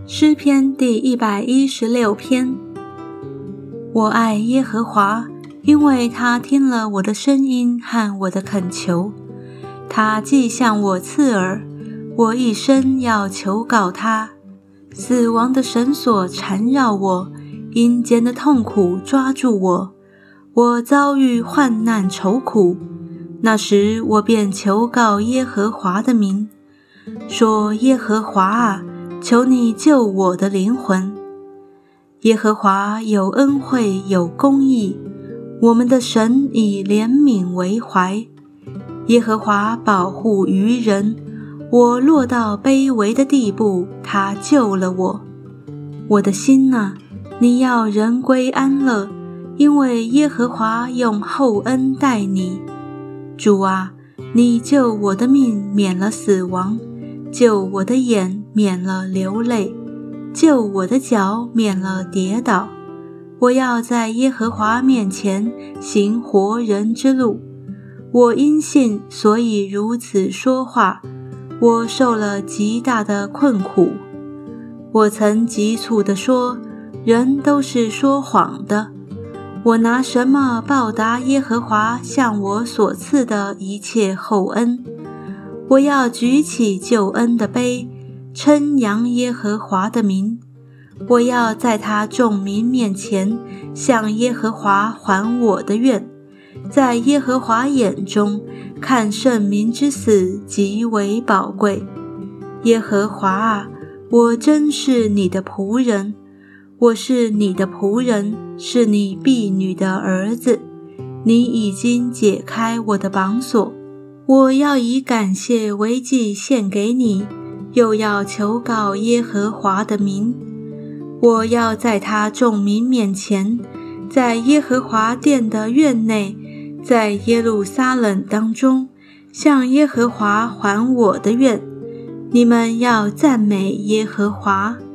诗篇第116篇。我爱耶和华，因为他听了我的声音和我的恳求。他既向我刺耳，我一生要求告他。死亡的绳索缠绕我，阴间的痛苦抓住我。我遭遇患难愁苦，那时我便求告耶和华的名，说：耶和华啊，求你救我的灵魂。耶和华有恩惠有公义，我们的神以怜悯为怀。耶和华保护愚人，我落到卑微的地步，他救了我。我的心啊，你要人归安乐，因为耶和华用厚恩待你。主啊，你救我的命免了死亡，救我的眼免了流泪，救我的脚免了跌倒。我要在耶和华面前行活人之路。我因信，所以如此说话。我受了极大的困苦。我曾急促地说，人都是说谎的。我拿什么报答耶和华向我所赐的一切厚恩？我要举起救恩的杯，称扬耶和华的名。我要在他众民面前向耶和华还我的愿。在耶和华眼中，看圣民之死极为宝贵。耶和华啊，我真是你的仆人，我是你的仆人，是你婢女的儿子。你已经解开我的绑锁，我要以感谢为祭献给你，又要求告耶和华的名。我要在他众民面前，在耶和华殿的院内，在耶路撒冷当中，向耶和华还我的愿。你们要赞美耶和华。